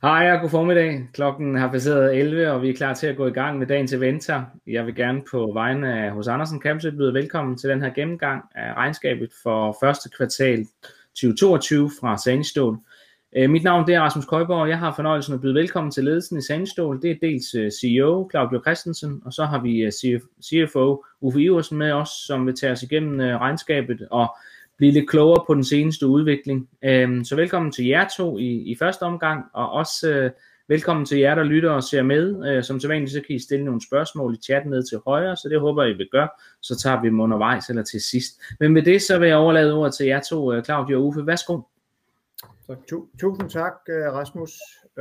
Hej og god formiddag. Klokken har passeret 11, og vi er klar til at gå i gang med dagens eventer. Jeg vil gerne på vegne af H.C. Andersen Capital byde velkommen til den her gennemgang af regnskabet for første kvartal 2022 fra Sanestål. Mit navn er Rasmus Køjborg, og jeg har fornøjelsen at byde velkommen til ledelsen i Sanestål. Det er dels CEO Claudio Christensen, og så har vi CFO Uffe Iversen med os, som vil tage os igennem regnskabet og blive lidt klogere på den seneste udvikling. Så velkommen til jer to i første omgang, og også velkommen til jer, der lytter og ser med. Som sædvanligt, så kan I stille nogle spørgsmål i chatten ned til højre, så det håber jeg, I vil gøre. Så tager vi dem undervejs eller til sidst. Men med det, så vil jeg overlade ordet til jer to, Claudio og Uffe. Værsgo. Tusind tak, Rasmus,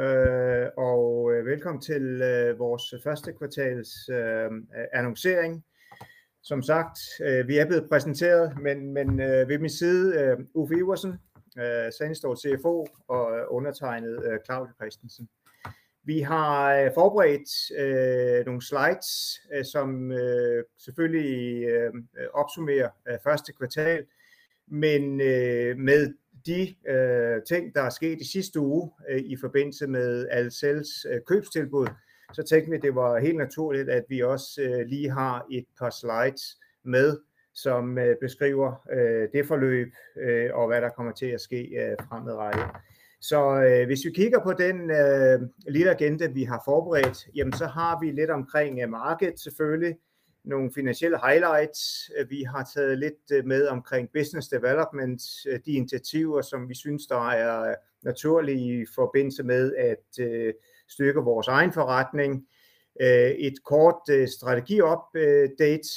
og velkommen til vores første kvartals annoncering. Som sagt, vi er blevet præsenteret, men ved min side Uffe Iversen, Sanestål CFO og undertegnet Claudio Christensen. Vi har forberedt nogle slides, som selvfølgelig opsummerer første kvartal, men med de ting, der er sket i sidste uge i forbindelse med Ahlsells købstilbud, så tænkte vi, det var helt naturligt, at vi også lige har et par slides med, som beskriver det forløb og hvad der kommer til at ske fremadrettet. Så hvis vi kigger på den lille agenda, vi har forberedt, jamen så har vi lidt omkring markedet selvfølgelig, nogle finansielle highlights. Vi har taget lidt med omkring business development, de initiativer, som vi synes, der er naturlige i forbindelse med at styrke vores egen forretning. Et kort strategi-update,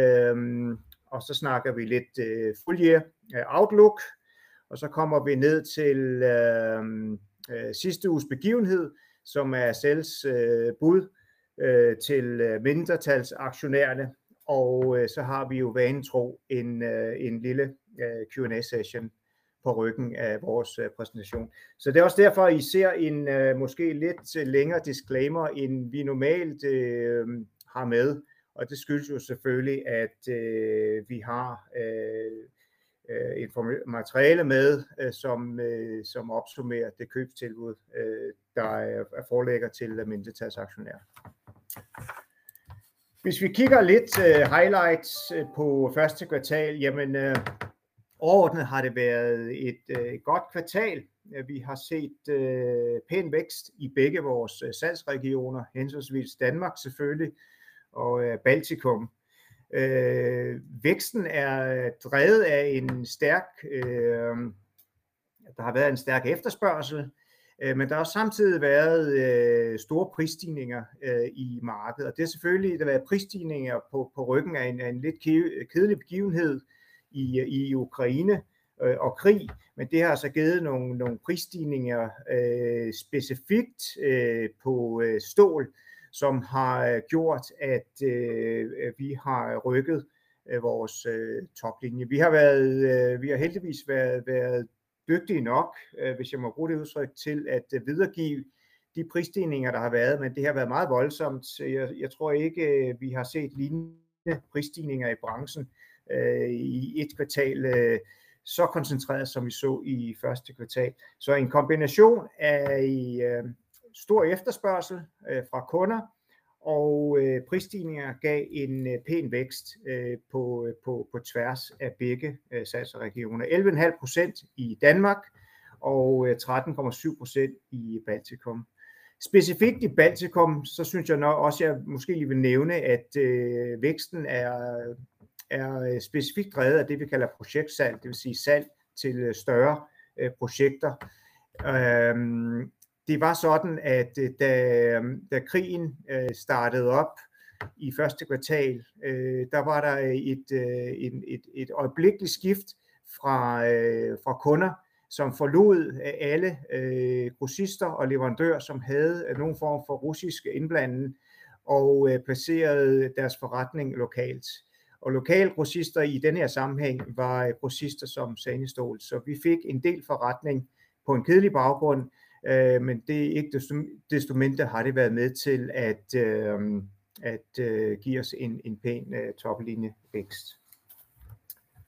og så snakker vi lidt full year outlook, og så kommer vi ned til sidste uges begivenhed, som er Ahlsells bud til mindretalsaktionærerne, og så har vi jo vanen tro en lille Q&A session på ryggen af vores præsentation. Så det er også derfor, I ser en måske lidt længere disclaimer, end vi normalt har med, og det skyldes jo selvfølgelig, at vi har materiale med, som opsummerer det købstilbud, der forelægger til mindretalsaktionærer. Hvis vi kigger lidt highlights på første kvartal, jamen overordnet har det været et godt kvartal. Vi har set pæn vækst i begge vores salgsregioner, henholdsvis Danmark selvfølgelig og Baltikum. Væksten er drevet af en stærk, der har været en stærk efterspørgsel, men der har samtidig været store prisstigninger i markedet, og det er selvfølgelig, der har været prisstigninger på ryggen af en lidt kedelig begivenhed i Ukraine og krig, men det har altså givet nogle prisstigninger specifikt på stål, som har gjort, at vi har rykket vores toplinje. Vi har heldigvis været dygtige nok, hvis jeg må bruge det udtryk, til at videregive de prisstigninger, der har været, men det har været meget voldsomt. Jeg tror ikke, vi har set lignende prisstigninger i branchen i et kvartal så koncentreret, som vi så i første kvartal. Så en kombination af stor efterspørgsel fra kunder og prisstigninger gav en pæn vækst på tværs af begge salgsregioner. 11,5% i Danmark og 13,7% i Baltikum. Specifikt i Baltikum, så synes jeg nok også, jeg måske lige vil nævne, at væksten er specifikt drevet af det, vi kalder projektsalg, det vil sige salg til større projekter. Det var sådan, at da krigen startede op i første kvartal, der var der et øjeblikkeligt skift fra kunder, som forlod alle grossister og leverandører, som havde nogen form for russisk indblanding, og placerede deres forretning lokalt. Og lokale grossister i den her sammenhæng var grossister som Sanestål, så vi fik en del forretning på en kedelig baggrund, men det er ikke desto mindre har det været med til at give os en pæn toplinjevækst.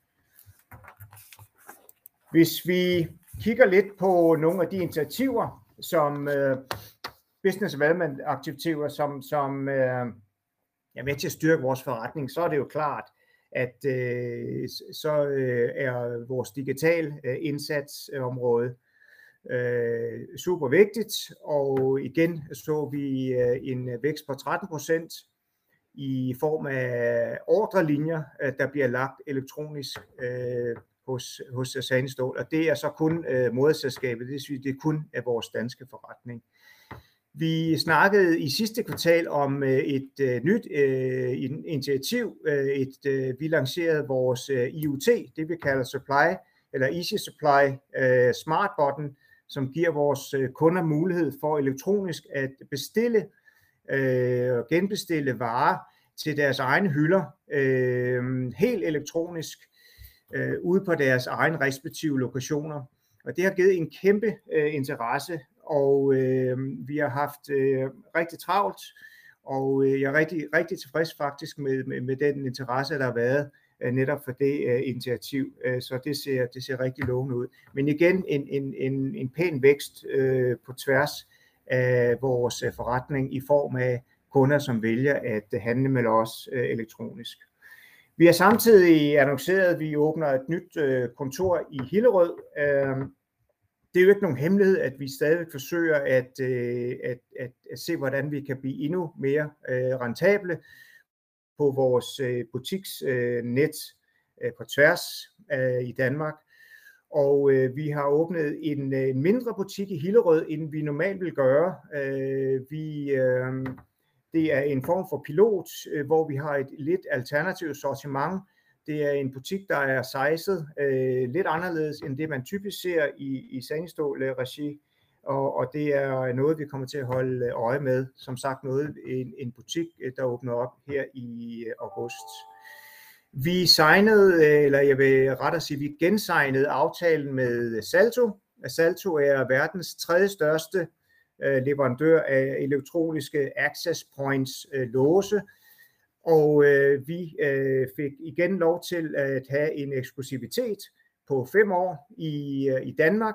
Hvis vi kigger lidt på nogle af de initiativer, som business development aktiviteter, som er med til at styrke vores forretning, så er det jo klart, at så er vores digital indsatsområde super vigtigt, og igen så vi en vækst på 13% i form af ordrelinjer, der bliver lagt elektronisk hos Sanistål, og det er så kun moderselskabet, det er kun af vores danske forretning. Vi snakkede i sidste kvartal om et nyt initiativ. Vi lancerede vores IoT, det vi kalder Supply, eller Easy Supply Smart Button, som giver vores kunder mulighed for elektronisk at bestille og genbestille varer til deres egne hylder, helt elektronisk, ude på deres egne respektive lokationer. Og det har givet en kæmpe interesse, og vi har haft rigtig travlt, og jeg er rigtig tilfreds faktisk med den interesse, der har været netop for det initiativ. Så det ser rigtig lovende ud. Men igen en pæn vækst på tværs af vores forretning i form af kunder, som vælger at handle med os elektronisk. Vi har samtidig annonceret, at vi åbner et nyt kontor i Hillerød. Det er jo ikke nogen hemmelighed, at vi stadig forsøger at se, hvordan vi kan blive endnu mere rentable på vores butiksnet på tværs i Danmark. Og vi har åbnet en mindre butik i Hillerød, end vi normalt vil gøre. Det er en form for pilot, hvor vi har et lidt alternativt sortiment. Det er en butik, der er sized lidt anderledes end det, man typisk ser i Sanistål-regi. Og det er noget, vi kommer til at holde øje med. Som sagt en butik, der åbner op her i august. Vi signede, eller jeg vil rettere sige, vi gensignede aftalen med Salto. Salto er verdens tredje største leverandør af elektroniske access points låse. Og vi fik igen lov til at have en eksklusivitet på 5 år i Danmark.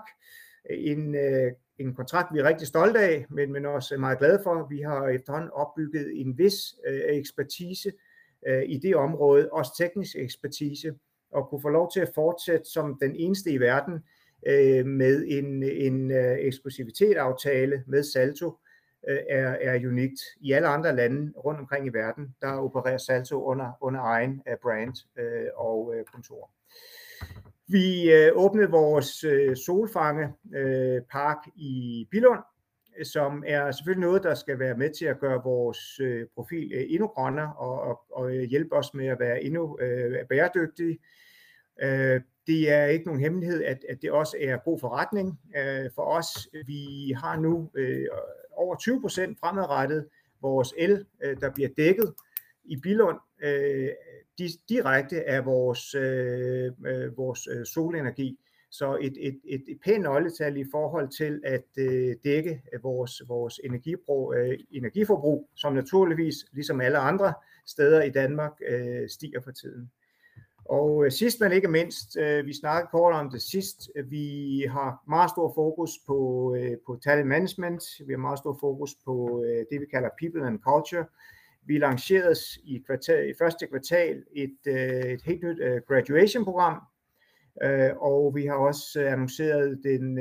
En kontrakt, vi er rigtig stolte af, men også meget glade for. Vi har efterhånden opbygget en vis ekspertise i det område, også teknisk ekspertise, og kunne få lov til at fortsætte som den eneste i verden med en eksklusivitetsaftale med Salto, er unikt. I alle andre lande rundt omkring i verden, der opererer Salto under egen brand og kontor. Vi åbnede vores solfangepark i Billund, som er selvfølgelig noget, der skal være med til at gøre vores profil endnu grønnere og hjælpe os med at være endnu bæredygtige. Det er ikke nogen hemmelighed, at det også er god forretning for os. Vi har nu over 20% fremadrettet vores el, der bliver dækket i Billund direkte af vores solenergi. Så et pænt nøgletal i forhold til at dække vores energiforbrug, som naturligvis, ligesom alle andre steder i Danmark, stiger for tiden. Og sidst men ikke mindst, vi snakkede kort om det sidst, vi har meget stor fokus på talent management, vi har meget stor fokus på det, vi kalder people and culture. Vi lancerede i første kvartal et helt nyt graduation-program, og vi har også annonceret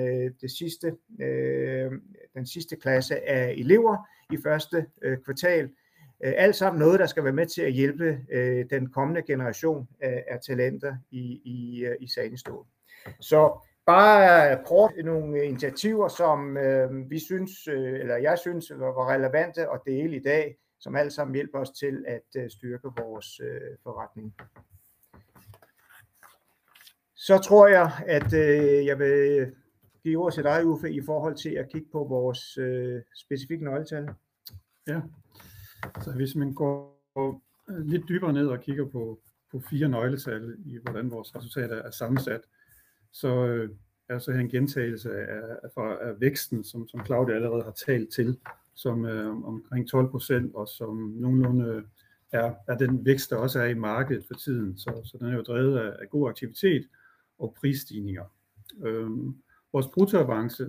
den sidste klasse af elever i første kvartal. Alt sammen noget, der skal være med til at hjælpe den kommende generation af talenter i Sanistål. Så bare kort nogle initiativer, som jeg synes var relevante at dele i dag, som alt sammen hjælper os til at styrke vores forretning. Så tror jeg, at jeg vil give ord til dig, Uffe, i forhold til at kigge på vores specifikke nøgletal. Ja, så hvis man går lidt dybere ned og kigger på 4 nøgletal i, hvordan vores resultater er sammensat, så er så her en gentagelse af væksten, som Claudia allerede har talt til, som omkring 12%, og som nogenlunde er den vækst, der også er i markedet for tiden. Så den er jo drevet af god aktivitet og prisstigninger. Vores bruttoavance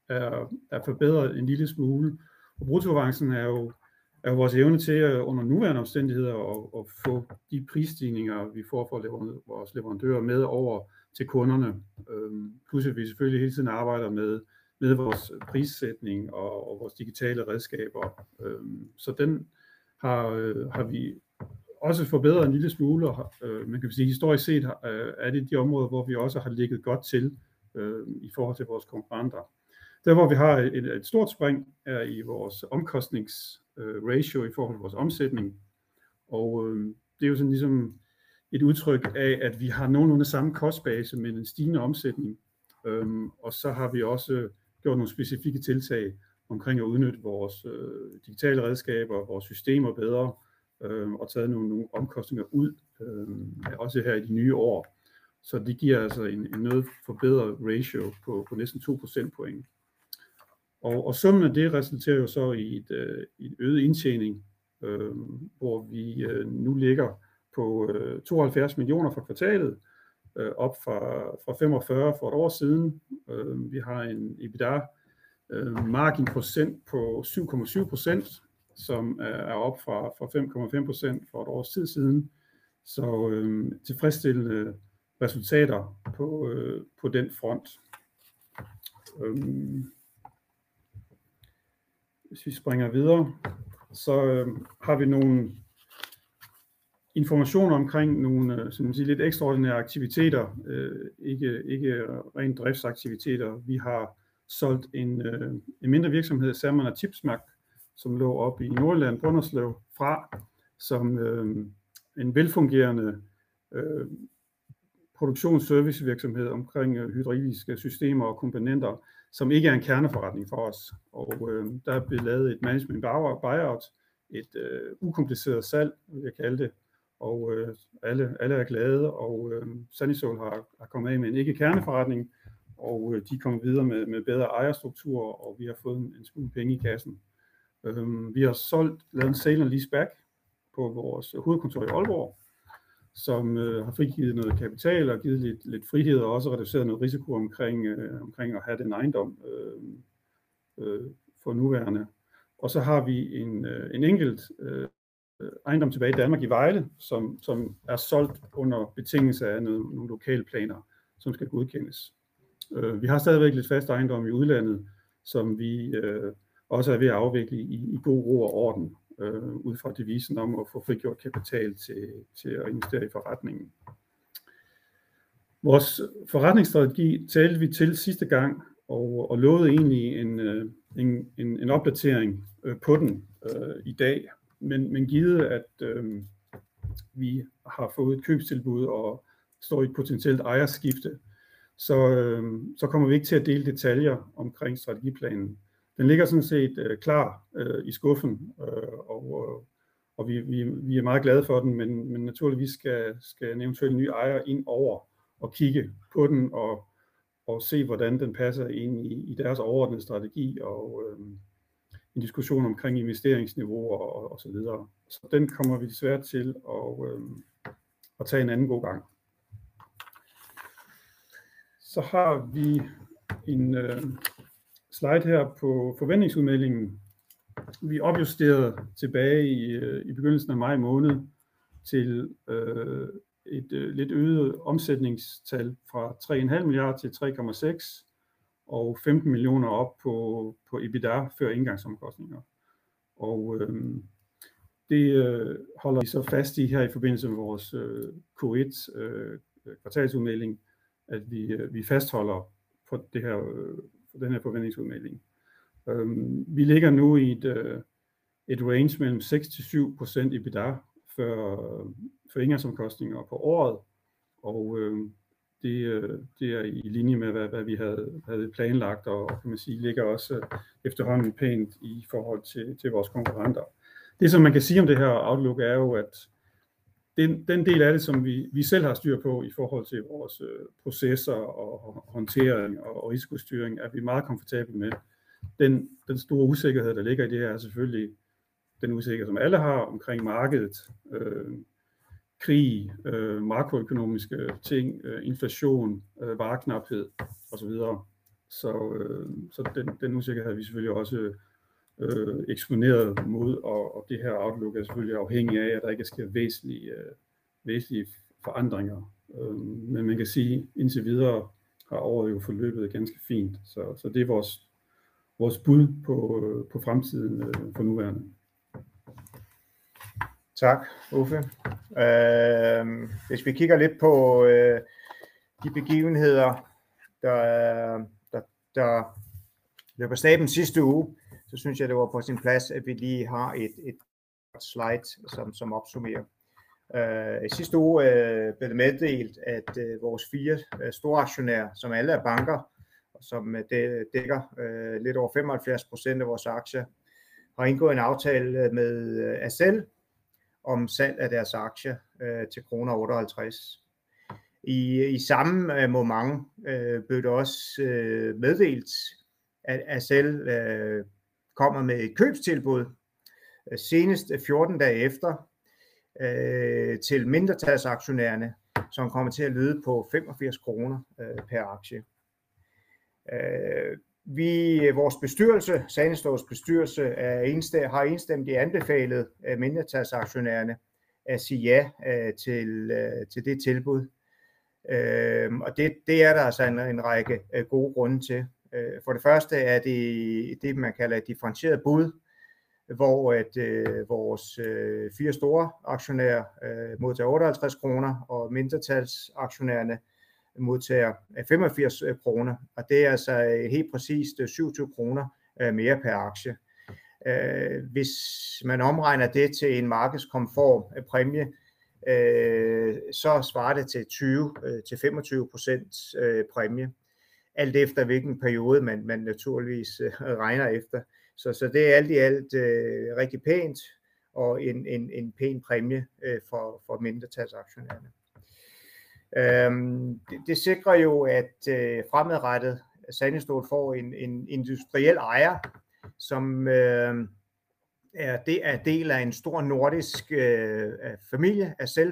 er forbedret en lille smule. Og bruttoavancen er jo vores evne til under nuværende omstændigheder at få de prisstigninger, vi får fra vores leverandører med over til kunderne. Plus at vi selvfølgelig hele tiden arbejder med vores prissætning og vores digitale redskaber. Så den har vi også forbedret en lille smule. Man kan sige, historisk set er det de områder, hvor vi også har ligget godt til i forhold til vores konkurrenter. Der hvor vi har et stort spring er i vores omkostningsratio i forhold til vores omsætning. Og det er jo sådan ligesom et udtryk af, at vi har nogenlunde samme kostbase med en stigende omsætning. Og så har vi også gjort nogle specifikke tiltag omkring at udnytte vores digitale redskaber, vores systemer bedre, og taget nogle omkostninger ud, også her i de nye år. Så det giver altså en noget forbedret ratio på næsten 2 procentpoint. Og summen af det resulterer jo så i et øget indtjening, hvor vi nu ligger på 72 millioner for kvartalet, op fra 45 for et år siden. Vi har en EBITDA margin procent på 7,7%, som er op fra 5,5% for et års tid siden. Så tilfredsstillende resultater på den front. Hvis vi springer videre, så har vi nogle informationer omkring nogle lidt ekstraordinære aktiviteter, ikke rent driftsaktiviteter. Vi har solgt en mindre virksomhed, Salmon & Tipsmark, som lå op i Nordjylland, Brønderslev, fra som en velfungerende produktionsservicevirksomhed omkring hydrauliske systemer og komponenter, som ikke er en kerneforretning for os. Og der er blevet lavet et management buyout, et ukompliceret salg, vil jeg kalde det, og alle er glade, og Sandisol har kommet af med en ikke-kerneforretning, og de kommer videre med bedre ejerstruktur, og vi har fået en smule penge i kassen. Vi har lavet en sale and leaseback på vores hovedkontor i Aalborg, som har frigivet noget kapital og givet lidt frihed og også reduceret noget risiko omkring at have den ejendom for nuværende. Og så har vi en enkelt ejendom tilbage i Danmark i Vejle, som er solgt under betingelse af nogle lokale planer, som skal godkendes. Vi har stadigvæk lidt fast ejendom i udlandet, som vi også er ved at afvikle i god ro og orden, ud fra devisen om at få frigjort kapital til at investere i forretningen. Vores forretningsstrategi talte vi til sidste gang, og lovede egentlig en opdatering på den i dag. Men givet at vi har fået et købstilbud og står i et potentielt ejerskifte, så kommer vi ikke til at dele detaljer omkring strategiplanen. Den ligger sådan set klar i skuffen, og vi er meget glade for den, men naturligvis skal en eventuel ny ejer ind over og kigge på den og se, hvordan den passer ind i deres overordnede strategi og en diskussion omkring investeringsniveauer og så videre. Så den kommer vi desværre til at tage en anden god gang. Så har vi en slide her på forventningsudmeldingen. Vi opjusterede tilbage i begyndelsen af maj måned til et lidt øget omsætningstal fra 3,5 milliarder til 3,6 og 15 millioner op på EBITDA før engangsomkostninger. Og det holder vi så fast i her i forbindelse med vores Q1 kvartalsudmelding, at vi fastholder på den her forventningsudmelding. Vi ligger nu i et range mellem 6-7% EBITDA for engangsomkostninger på året, og det er i linje med hvad vi havde planlagt, og kan man sige ligger også efterhånden pænt i forhold til vores konkurrenter. Det som man kan sige om det her outlook er jo, at den del af det, som vi selv har styr på i forhold til vores processer og håndtering og risikostyring, er vi meget komfortable med. Den store usikkerhed, der ligger i det her, er selvfølgelig den usikkerhed, som alle har omkring markedet, krig, makroøkonomiske ting, inflation, vareknaphed osv. Så den usikkerhed er vi selvfølgelig også eksponeret mod, og det her outlook er selvfølgelig afhængig af, at der ikke sker væsentlige forandringer. Men man kan sige, at indtil videre har året jo forløbet ganske fint. Så det er vores bud på fremtiden for nuværende. Tak, Uffe. Hvis vi kigger lidt på de begivenheder, der løber staben sidste uge, så synes jeg, det var på sin plads, at vi lige har et slide, som opsummerer. I sidste uge blev det meddelt, at vores 4 store aktionærer, som alle er banker, og som dækker lidt over 75% af vores aktier, har indgået en aftale med Accel om salg af deres aktier til kroner 58. I samme moment blev det også meddelt, at Accel kommer med et købstilbud senest 14 dage efter til mindretalsaktionærerne, som kommer til at lyde på 85 kroner per aktie. Vores bestyrelse, Saneståls bestyrelse, har enstemmigt anbefalet mindretalsaktionærerne at sige ja til det tilbud. Og det er der altså en række gode grunde til. For det første er det man kalder et differentieret bud, hvor vores 4 store aktionærer modtager 58 kroner, og mindretalsaktionærerne modtager 85 kroner, og det er altså helt præcist 27 kroner mere per aktie. Hvis man omregner det til en markedskonform præmie, så svarer det til 20-25% præmie, alt efter hvilken periode man naturligvis regner efter. Så det er alt i alt rigtig pænt, og en pæn præmie for mindretalsaktionærerne. Det sikrer jo, at fremadrettet Sanestål får en industriel ejer, som er del af en stor nordisk familie. Accel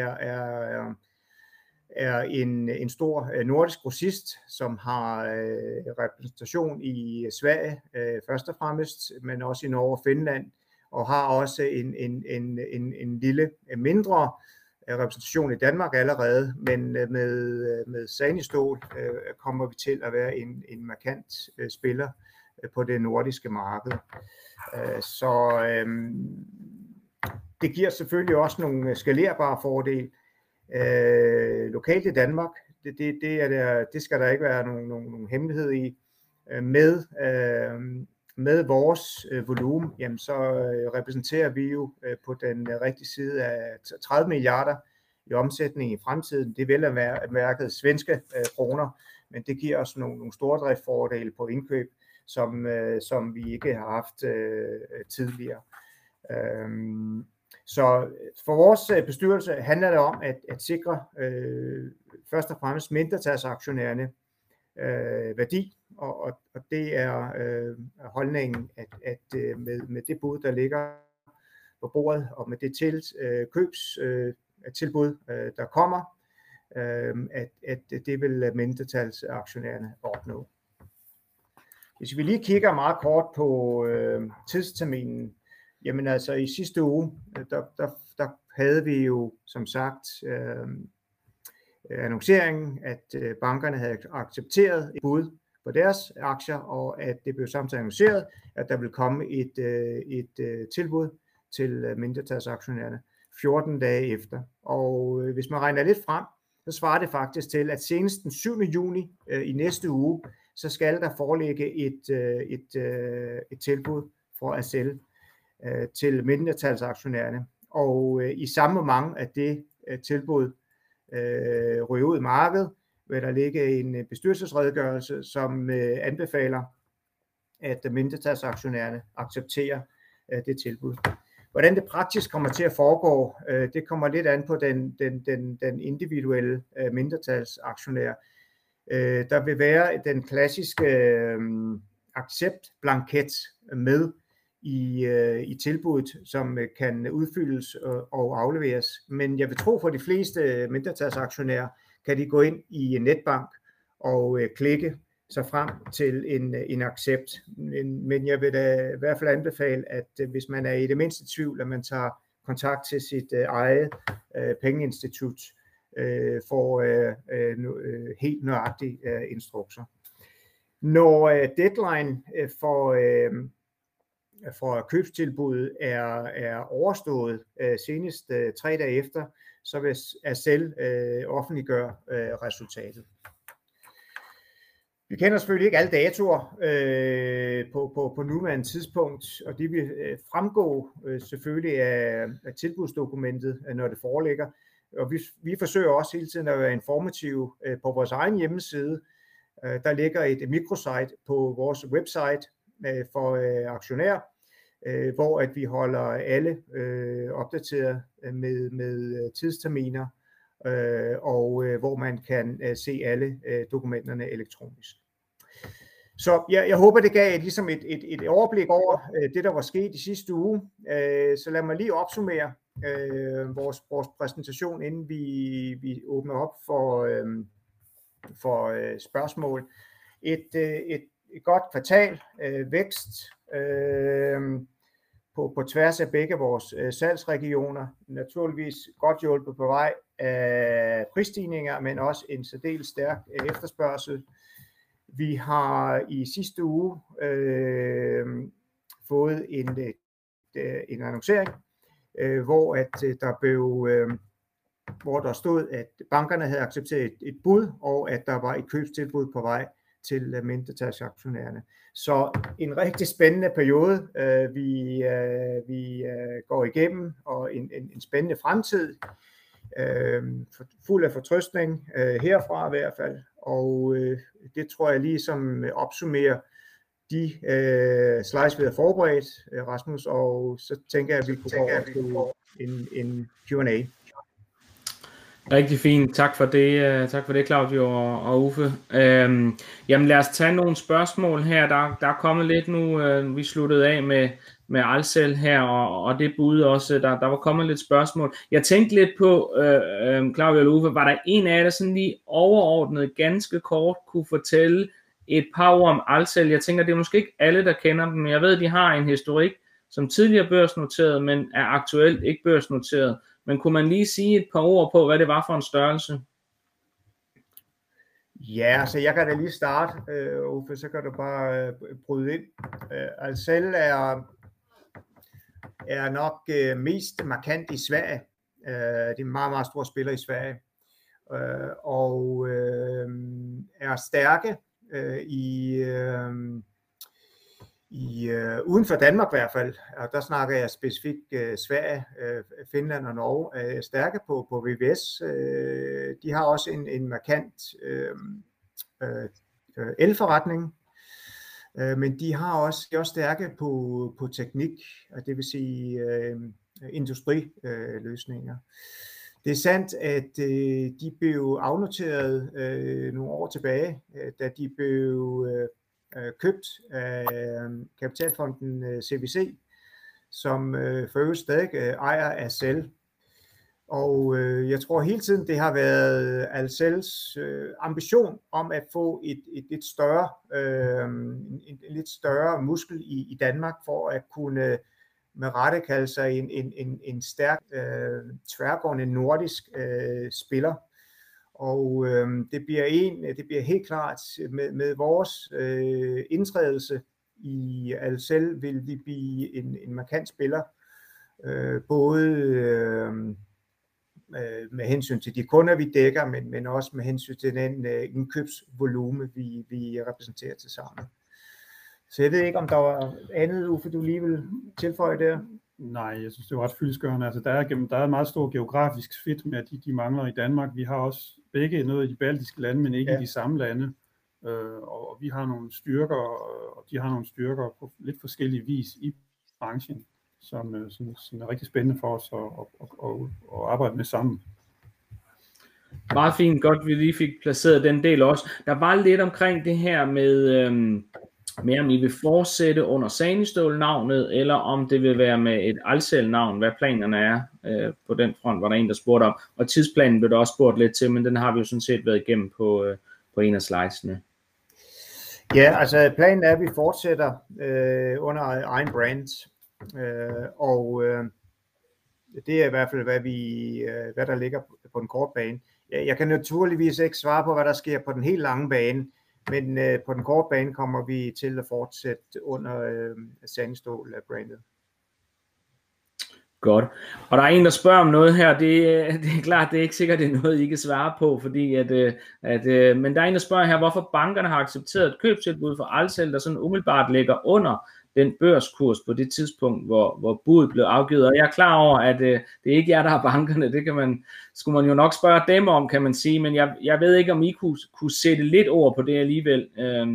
er en stor nordisk grossist, som har repræsentation i Sverige først og fremmest, men også i Norge og Finland, og har også en lille mindre repræsentation i Danmark allerede, men med Sanestål kommer vi til at være en markant spiller på det nordiske marked. Så det giver selvfølgelig også nogle skalerbare fordele lokalt i Danmark. Det skal der ikke være nogen hemmelighed i. Med vores volumen, jamen så repræsenterer vi jo på den rigtige side af 30 milliarder i omsætning i fremtiden. Det vil være mærket svenske kroner, men det giver os nogle stordriftsfordele på indkøb, som vi ikke har haft tidligere. Så for vores bestyrelse handler det om at sikre først og fremmest mindretalsaktionærerne værdi, og det er holdningen, at med det bud, der ligger på bordet, og med det købstilbud, der kommer, at det vil mindretalsaktionærerne opnå. Hvis vi lige kigger meget kort på tidsterminen, jamen altså i sidste uge, der havde vi jo som sagt annonceringen, at bankerne havde accepteret et bud på deres aktier, og at det blev samtidig annonceret, at der vil komme et tilbud til mindretalsaktionærerne 14 dage efter. Og hvis man regner lidt frem, så svarer det faktisk til, at senest den 7. juni i næste uge, så skal der foreligge et tilbud fra Accel til mindretalsaktionærerne. Og i samme moment, at det tilbud ryger ud i markedet, vil der ligge en bestyrelsesredegørelse, som anbefaler, at mindretalsaktionærerne accepterer det tilbud. Hvordan det praktisk kommer til at foregå, det kommer lidt an på den individuelle mindretalsaktionær. Der vil være den klassiske acceptblanket med i tilbuddet, som kan udfyldes og afleveres. Men jeg vil tro, for de fleste mindretalsaktionærer kan de gå ind i en netbank og klikke sig frem til en accept. Men jeg vil da i hvert fald anbefale, at hvis man er i det mindste tvivl, at man tager kontakt til sit eget pengeinstitut for helt nøjagtige instrukser. Når deadline for købstilbuddet er overstået senest 3 dage efter, så vil Accel offentliggøre resultatet. Vi kender selvfølgelig ikke alle datoer på nuværende tidspunkt, og de vil fremgå selvfølgelig af tilbudsdokumentet, når det foreligger. Og vi forsøger også hele tiden at være informative på vores egen hjemmeside. Der ligger et mikrosite på vores website for aktionærer, hvor at vi holder alle opdateret med tidsterminer, og hvor man kan se alle dokumenterne elektronisk. Så jeg håber, det gav ligesom et overblik over det, der var sket i sidste uge. Så lad mig lige opsummere vores præsentation, inden vi åbner op for spørgsmål. Et godt kvartal, vækst på tværs af begge vores salgsregioner, naturligvis godt hjulpet på vej af prisstigninger, men også en særdeles stærk efterspørgsel. Vi har i sidste uge fået en annoncering, hvor der stod, at bankerne havde accepteret et bud, og at der var et købstilbud på vej til mindretalsaktionærerne. Så en rigtig spændende periode, vi går igennem, og en spændende fremtid, fuld af fortrøstning herfra i hvert fald. Og det tror jeg lige som opsummerer de slides, vi har forberedt, Rasmus, og så tænker jeg, at vi kunne gå over til en Q&A. Rigtig fint. Tak for det, Claudio og Uffe. Jamen lad os tage nogle spørgsmål her. Der er kommet lidt nu. Vi sluttede af med Alcel her, og det bud også. Der var kommet lidt spørgsmål. Jeg tænkte lidt på, Claudio og Uffe, var der en af jer, der sådan lige overordnet ganske kort kunne fortælle et par ord om Alcel? Jeg tænker, det er måske ikke alle, der kender dem, men jeg ved, de har en historik som tidligere børsnoteret, men er aktuelt ikke børsnoteret. Men kunne man lige sige et par ord på, hvad det var for en størrelse? Ja, så jeg kan da lige starte, Uffe, så kan du bare bryde ind. Alcel er nok mest markant i Sverige. Det er en meget, meget stor spiller i Sverige. Og er stærke uden for Danmark i hvert fald, og der snakker jeg specifikt Sverige, Finland og Norge, er stærke på VVS. De har også en markant elforretning, men de er også stærke på teknik, og det vil sige industriløsninger. Det er sandt, at de blev afnoteret nogle år tilbage, da de blev købt af kapitalfonden CVC, som for øvrigt stadig ejer Accel. Og jeg tror hele tiden, det har været Alcels ambition om at få en lidt større muskel i Danmark, for at kunne med rette kalde sig en stærk tværgående nordisk spiller. Og det bliver helt klart med vores indtrædelse i Alcel vil vi blive en markant spiller, både med hensyn til de kunder vi dækker, men også med hensyn til den indkøbsvolume vi repræsenterer til sammen. Så jeg ved ikke, om der var andet, Uffe, du lige vil tilføje der? Nej, jeg synes, det var ret fyldestgørende. Altså, der er et meget stor geografisk fit med, at de mangler i Danmark. Vi har også begge noget i de baltiske lande, men ikke i de samme lande. Og vi har nogle styrker, og de har nogle styrker på lidt forskellige vis i branchen, som er rigtig spændende for os at arbejde med sammen. Meget fint, godt vi lige fik placeret den del også. Der var lidt omkring det her med om I vil fortsætte under Sanistål-navnet, eller om det vil være med et Alcel-navn, hvad planerne er på den front, var der en, der spurgte om. Og tidsplanen blev der også spurgt lidt til, men den har vi jo sådan set været igennem på en af slidesene. Ja, altså planen er, at vi fortsætter under egen brand, og det er i hvert fald, hvad der ligger på den korte bane. Jeg kan naturligvis ikke svare på, hvad der sker på den helt lange bane, men på den korte bane kommer vi til at fortsætte under Sandstål-brandet. Godt. Og der er en, der spørger om noget her. Det er klart, det er ikke sikkert, det er noget, I kan svare på, fordi men der er en, der spørger her, hvorfor bankerne har accepteret et købstilbud for Ahlsell, der sådan umiddelbart ligger under den børskurs på det tidspunkt, hvor budet blev afgivet. Og jeg er klar over, at det er ikke jer, der har bankerne. Det skulle man jo nok spørge dem om, kan man sige. Men jeg ved ikke, om I kunne sætte lidt ord på det alligevel.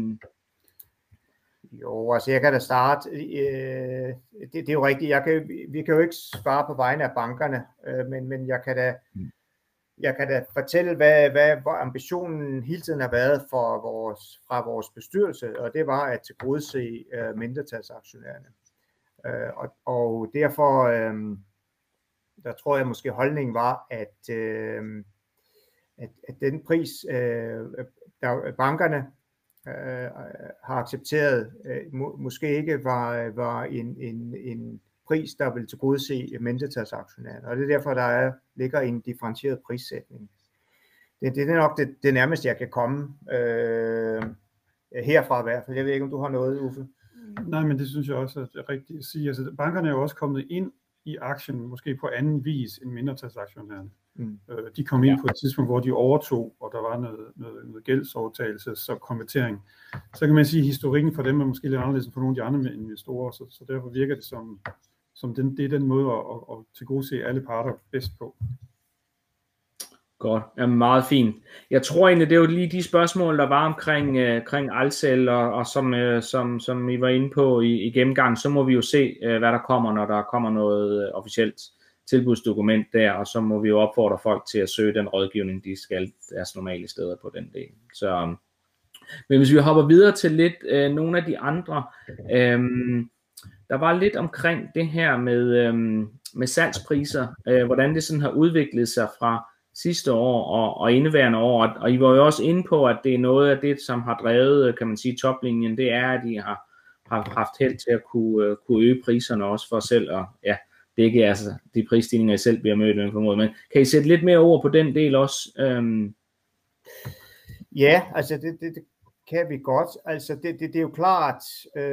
Jo, altså jeg kan da starte. Det er jo rigtigt. Vi kan jo ikke svare på vegne af bankerne, men jeg kan da fortælle, hvad ambitionen hele tiden har været fra vores bestyrelse, og det var at tilgodese mindretalsaktionærerne. Og derfor, der tror jeg måske holdningen var, at den pris, der bankerne har accepteret, måske ikke var en pris, der vil tilgodese mindretalsaktionærerne. Og det er derfor, der ligger en differentieret prissætning. Det er nok det nærmeste, jeg kan komme herfra i hvert fald. Jeg ved ikke, om du har noget, Uffe? Nej, men det synes jeg også er rigtigt at sige. Altså, bankerne er jo også kommet ind i aktien, måske på anden vis end mindretalsaktionærerne. De kom ind på et tidspunkt, hvor de overtog, og der var noget gældsovertagelse, så konvertering. Så kan man sige, at historikken for dem er måske lidt anderledes end for nogle af de andre investorer, så derfor virker det som det er den måde at tilgodese alle parter bedst på. Godt, ja, meget fint. Jeg tror egentlig, det er jo lige de spørgsmål, der var omkring Ahlsell, og som I var inde på i gennemgang, så må vi jo se, hvad der kommer, når der kommer noget officielt tilbudsdokument der, og så må vi jo opfordre folk til at søge den rådgivning, de skal deres normale steder på den del. Så, men hvis vi hopper videre til lidt nogle af de andre, der var lidt omkring det her med salgspriser, hvordan det sådan har udviklet sig fra sidste år og indeværende år, og I var jo også inde på, at det er noget af det, som har drevet, kan man sige, toplinjen, det er, at I har haft held til at kunne øge priserne også for selv, og ja, det er ikke altså de prisstigninger, I selv bliver mødt med, men kan I sætte lidt mere ord på den del også? Ja, altså det kan vi godt. Altså det er jo klart,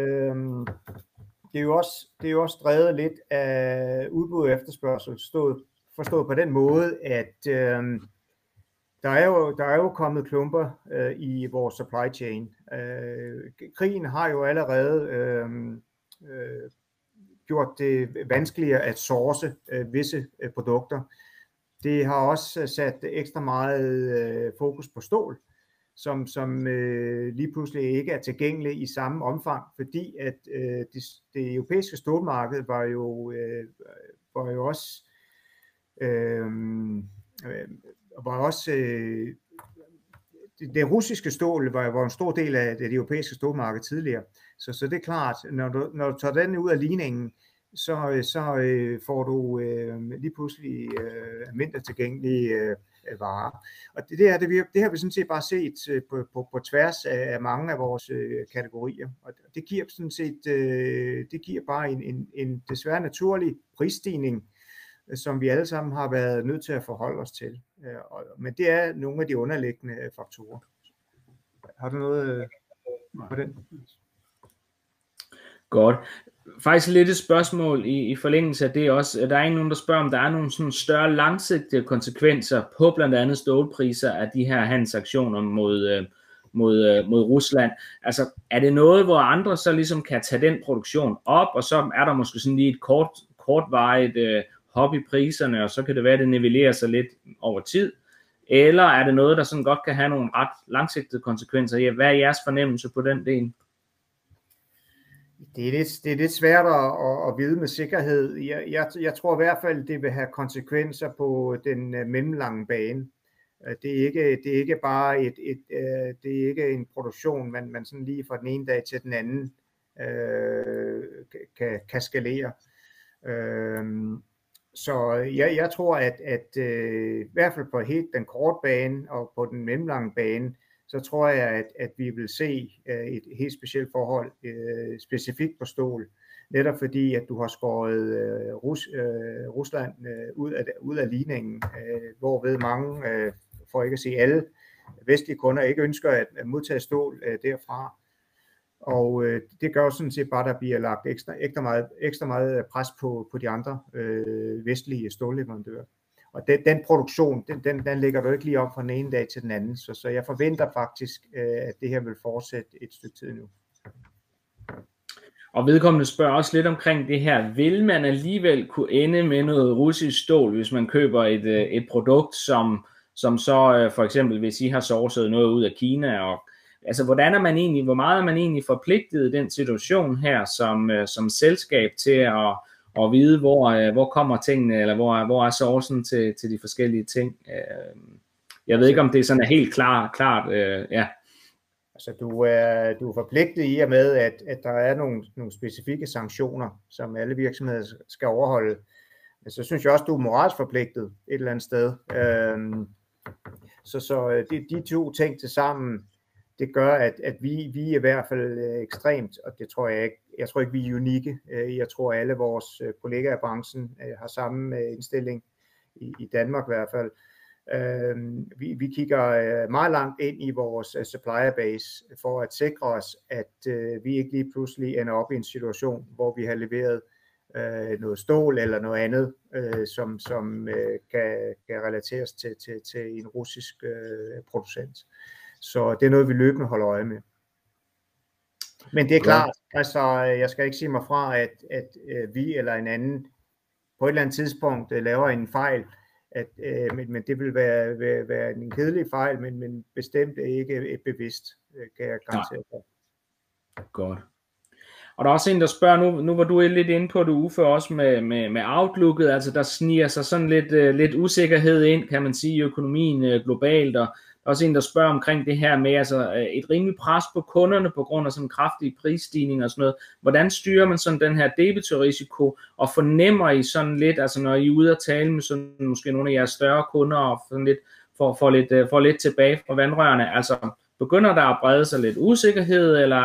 det er jo også drevet lidt af udbud og efterspørgsel, forstået på den måde, at der er jo kommet klumper i vores supply chain. Krigen har jo allerede gjort det vanskeligere at source visse produkter. Det har også sat ekstra meget fokus på stål, som lige pludselig ikke er tilgængelig i samme omfang, fordi at det europæiske stålmarked var jo også det russiske stål var en stor del af det europæiske stålmarked tidligere. Så det er klart, når du tager den ud af ligningen, så får du lige pludselig mindre tilgængelige varer. Og det har vi sådan set bare set på tværs af mange af vores kategorier. Og det giver sådan set bare en desværre naturlig prisstigning, som vi alle sammen har været nødt til at forholde os til. Men det er nogle af de underliggende faktorer. Har du noget på den? Godt. Faktisk lidt et spørgsmål i forlængelse af det også. Der er nogen, der spørger, om der er nogle sådan større langsigtede konsekvenser på blandt andet stålpriser af de her handelsaktioner mod Rusland. Altså, er det noget, hvor andre så ligesom kan tage den produktion op, og så er der måske sådan lige et kortvarigt hop i priserne, og så kan det være, at det nivellerer sig lidt over tid? Eller er det noget, der sådan godt kan have nogle ret langsigtede konsekvenser? Ja, hvad er jeres fornemmelse på den del? Det er lidt svært at vide med sikkerhed. Jeg tror i hvert fald, det vil have konsekvenser på den mellemlange bane. Det er ikke bare det er ikke en produktion, man sådan lige fra den ene dag til den anden kan skalere. Så jeg tror, at i hvert fald på helt den korte bane og på den mellemlange bane, så tror jeg, at vi vil se et helt specielt forhold specifikt på stål. Netop fordi, at du har skåret Rusland ud af ligningen, hvorved mange, for ikke at sige alle, vestlige kunder ikke ønsker at modtage stål derfra. Og det gør jo sådan set bare, at der bliver lagt ekstra meget pres på de andre vestlige stålleverandører. Og den produktion, den ligger jo ikke lige op fra den ene dag til den anden. Så jeg forventer faktisk, at det her vil fortsætte et stykke tid nu. Og vedkommende spørger også lidt omkring det her. Vil man alligevel kunne ende med noget russisk stål, hvis man køber et produkt, som så for eksempel, hvis I har sourcet noget ud af Kina? Og, altså, hvor meget er man egentlig forpligtet i den situation her som selskab til at vide, hvor kommer tingene, eller hvor er sourcen til de forskellige ting? Jeg ved ikke, om det sådan er helt klart, ja. Altså, du er forpligtet i og med, at der er nogle specifikke sanktioner, som alle virksomheder skal overholde. Men så synes jeg også, du er moralsk forpligtet et eller andet sted. Så de to ting til sammen, det gør, at vi i hvert fald ekstremt, og det tror jeg ikke. Jeg tror ikke, vi er unikke. Jeg tror, alle vores kollegaer i branchen har samme indstilling, i Danmark i hvert fald. Vi kigger meget langt ind i vores supplier base for at sikre os, at vi ikke lige pludselig ender op i en situation, hvor vi har leveret noget stål eller noget andet, som kan relateres til en russisk producent. Så det er noget, vi løbende holder øje med. Men det er klart, altså jeg skal ikke sige mig fra, at vi eller en anden på et eller andet tidspunkt laver en fejl, men det vil være en kedelig fejl, men bestemt ikke et bevidst, kan jeg garantere for. Godt. Og der er også en, der spørger, nu var du lidt inde på det, Uffe, også med outlooket, altså der sniger sig sådan lidt usikkerhed ind, kan man sige, i økonomien globalt, og der er også en, der spørger omkring det her med altså et rimeligt pres på kunderne på grund af sådan kraftige prisstigninger og sådan noget. Hvordan styrer man sådan den her debitorrisiko, og fornemmer I sådan lidt, altså når I er ude at tale med sådan måske nogle af jeres større kunder, og sådan lidt får lidt tilbage fra vandrørene, altså begynder der at brede sig lidt usikkerhed, eller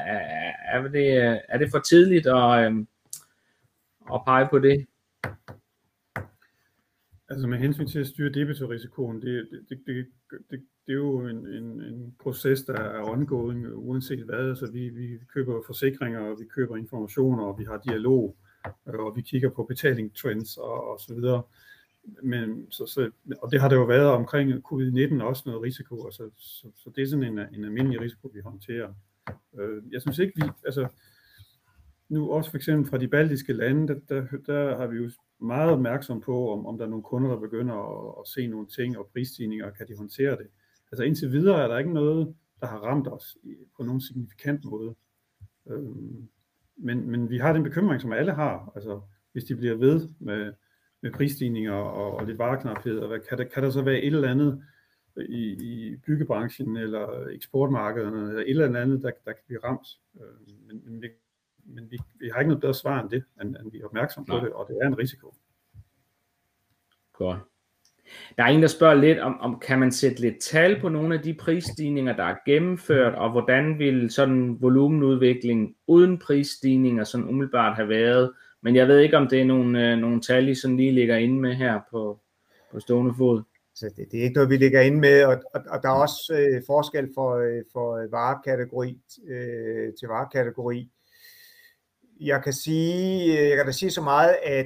er det for tidligt at pege på det? Altså med hensyn til at styre debitorrisikoen, det er jo en proces, der er ongoing, uanset hvad. Altså vi køber forsikringer, og vi køber informationer, og vi har dialog, og vi kigger på betaling trends og så videre. Men og det har der jo været omkring covid-19 også noget risiko, altså, så det er sådan en almindelig risiko, vi håndterer. Jeg synes ikke, altså nu også for eksempel fra de baltiske lande, der har vi jo meget opmærksom på, om der er nogle kunder, der begynder at se nogle ting og prisstigninger, og kan de håndtere det. Altså indtil videre er der ikke noget, der har ramt os på nogen signifikant måde. Men vi har den bekymring, som alle har, altså hvis de bliver ved med prisstigninger og lidt vareknaphed, og kan der så være et eller andet i byggebranchen eller eksportmarkederne, eller et eller andet, der kan blive ramt. Men vi har ikke noget bedre svar end det, end vi er opmærksom på det, og det er en risiko. Godt. Der er en, der spørger lidt om kan man sætte lidt tal på nogle af de prisstigninger, der er gennemført, og hvordan vil sådan volumenudvikling uden prisstigninger sådan umiddelbart have været? Men jeg ved ikke, om det er nogle tal, I sådan lige ligger inde med her på stående fod. Så det er ikke noget, vi ligger inde med, og der er også forskel for varekategori til varekategori. Jeg kan da sige så meget, at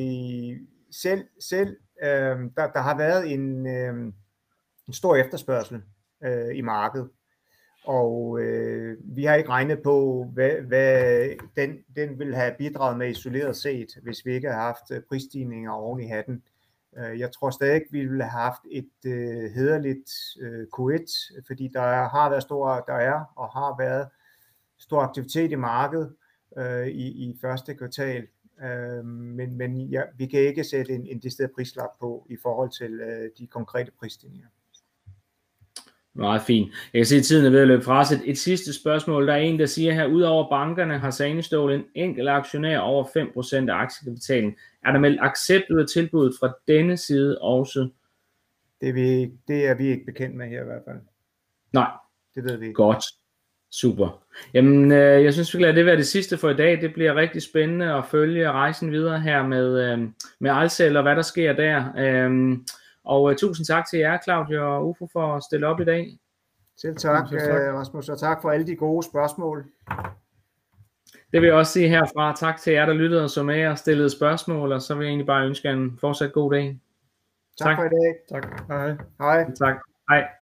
selv der har været en stor efterspørgsel i markedet, og vi har ikke regnet på, hvad den ville have bidraget med isoleret set, hvis vi ikke havde haft prisstigninger oven i hatten. Jeg tror stadig, vi ville have haft et hæderligt Q1, fordi der har været stor aktivitet i markedet i første kvartal, men vi kan ikke sætte en decideret prislap på i forhold til de konkrete prisstigninger. Meget fint. Jeg kan se, at tiden er ved at løbe fra os. Et sidste spørgsmål. Der er en, der siger her, udover bankerne har Sanestål en enkelt aktionær over 5% af aktiekapitalen. Er der meldt accept ud af tilbuddet fra denne side også? Det er vi ikke bekendt med her i hvert fald. Nej. Det ved vi. Godt. Super. Jamen, jeg synes, vi kan lade det være det sidste for i dag. Det bliver rigtig spændende at følge rejsen videre her med Ahlsell og hvad der sker der. Og tusind tak til jer, Claudio og Ufo, for at stille op i dag. Selv tak, Rasmus, og tak for alle de gode spørgsmål. Det vil jeg også sige herfra. Tak til jer, der lyttede og så med og stillede spørgsmål, og så vil jeg egentlig bare ønske jer en fortsat god dag. Tak for i dag. Tak. Hej. Hej. Tak. Hej.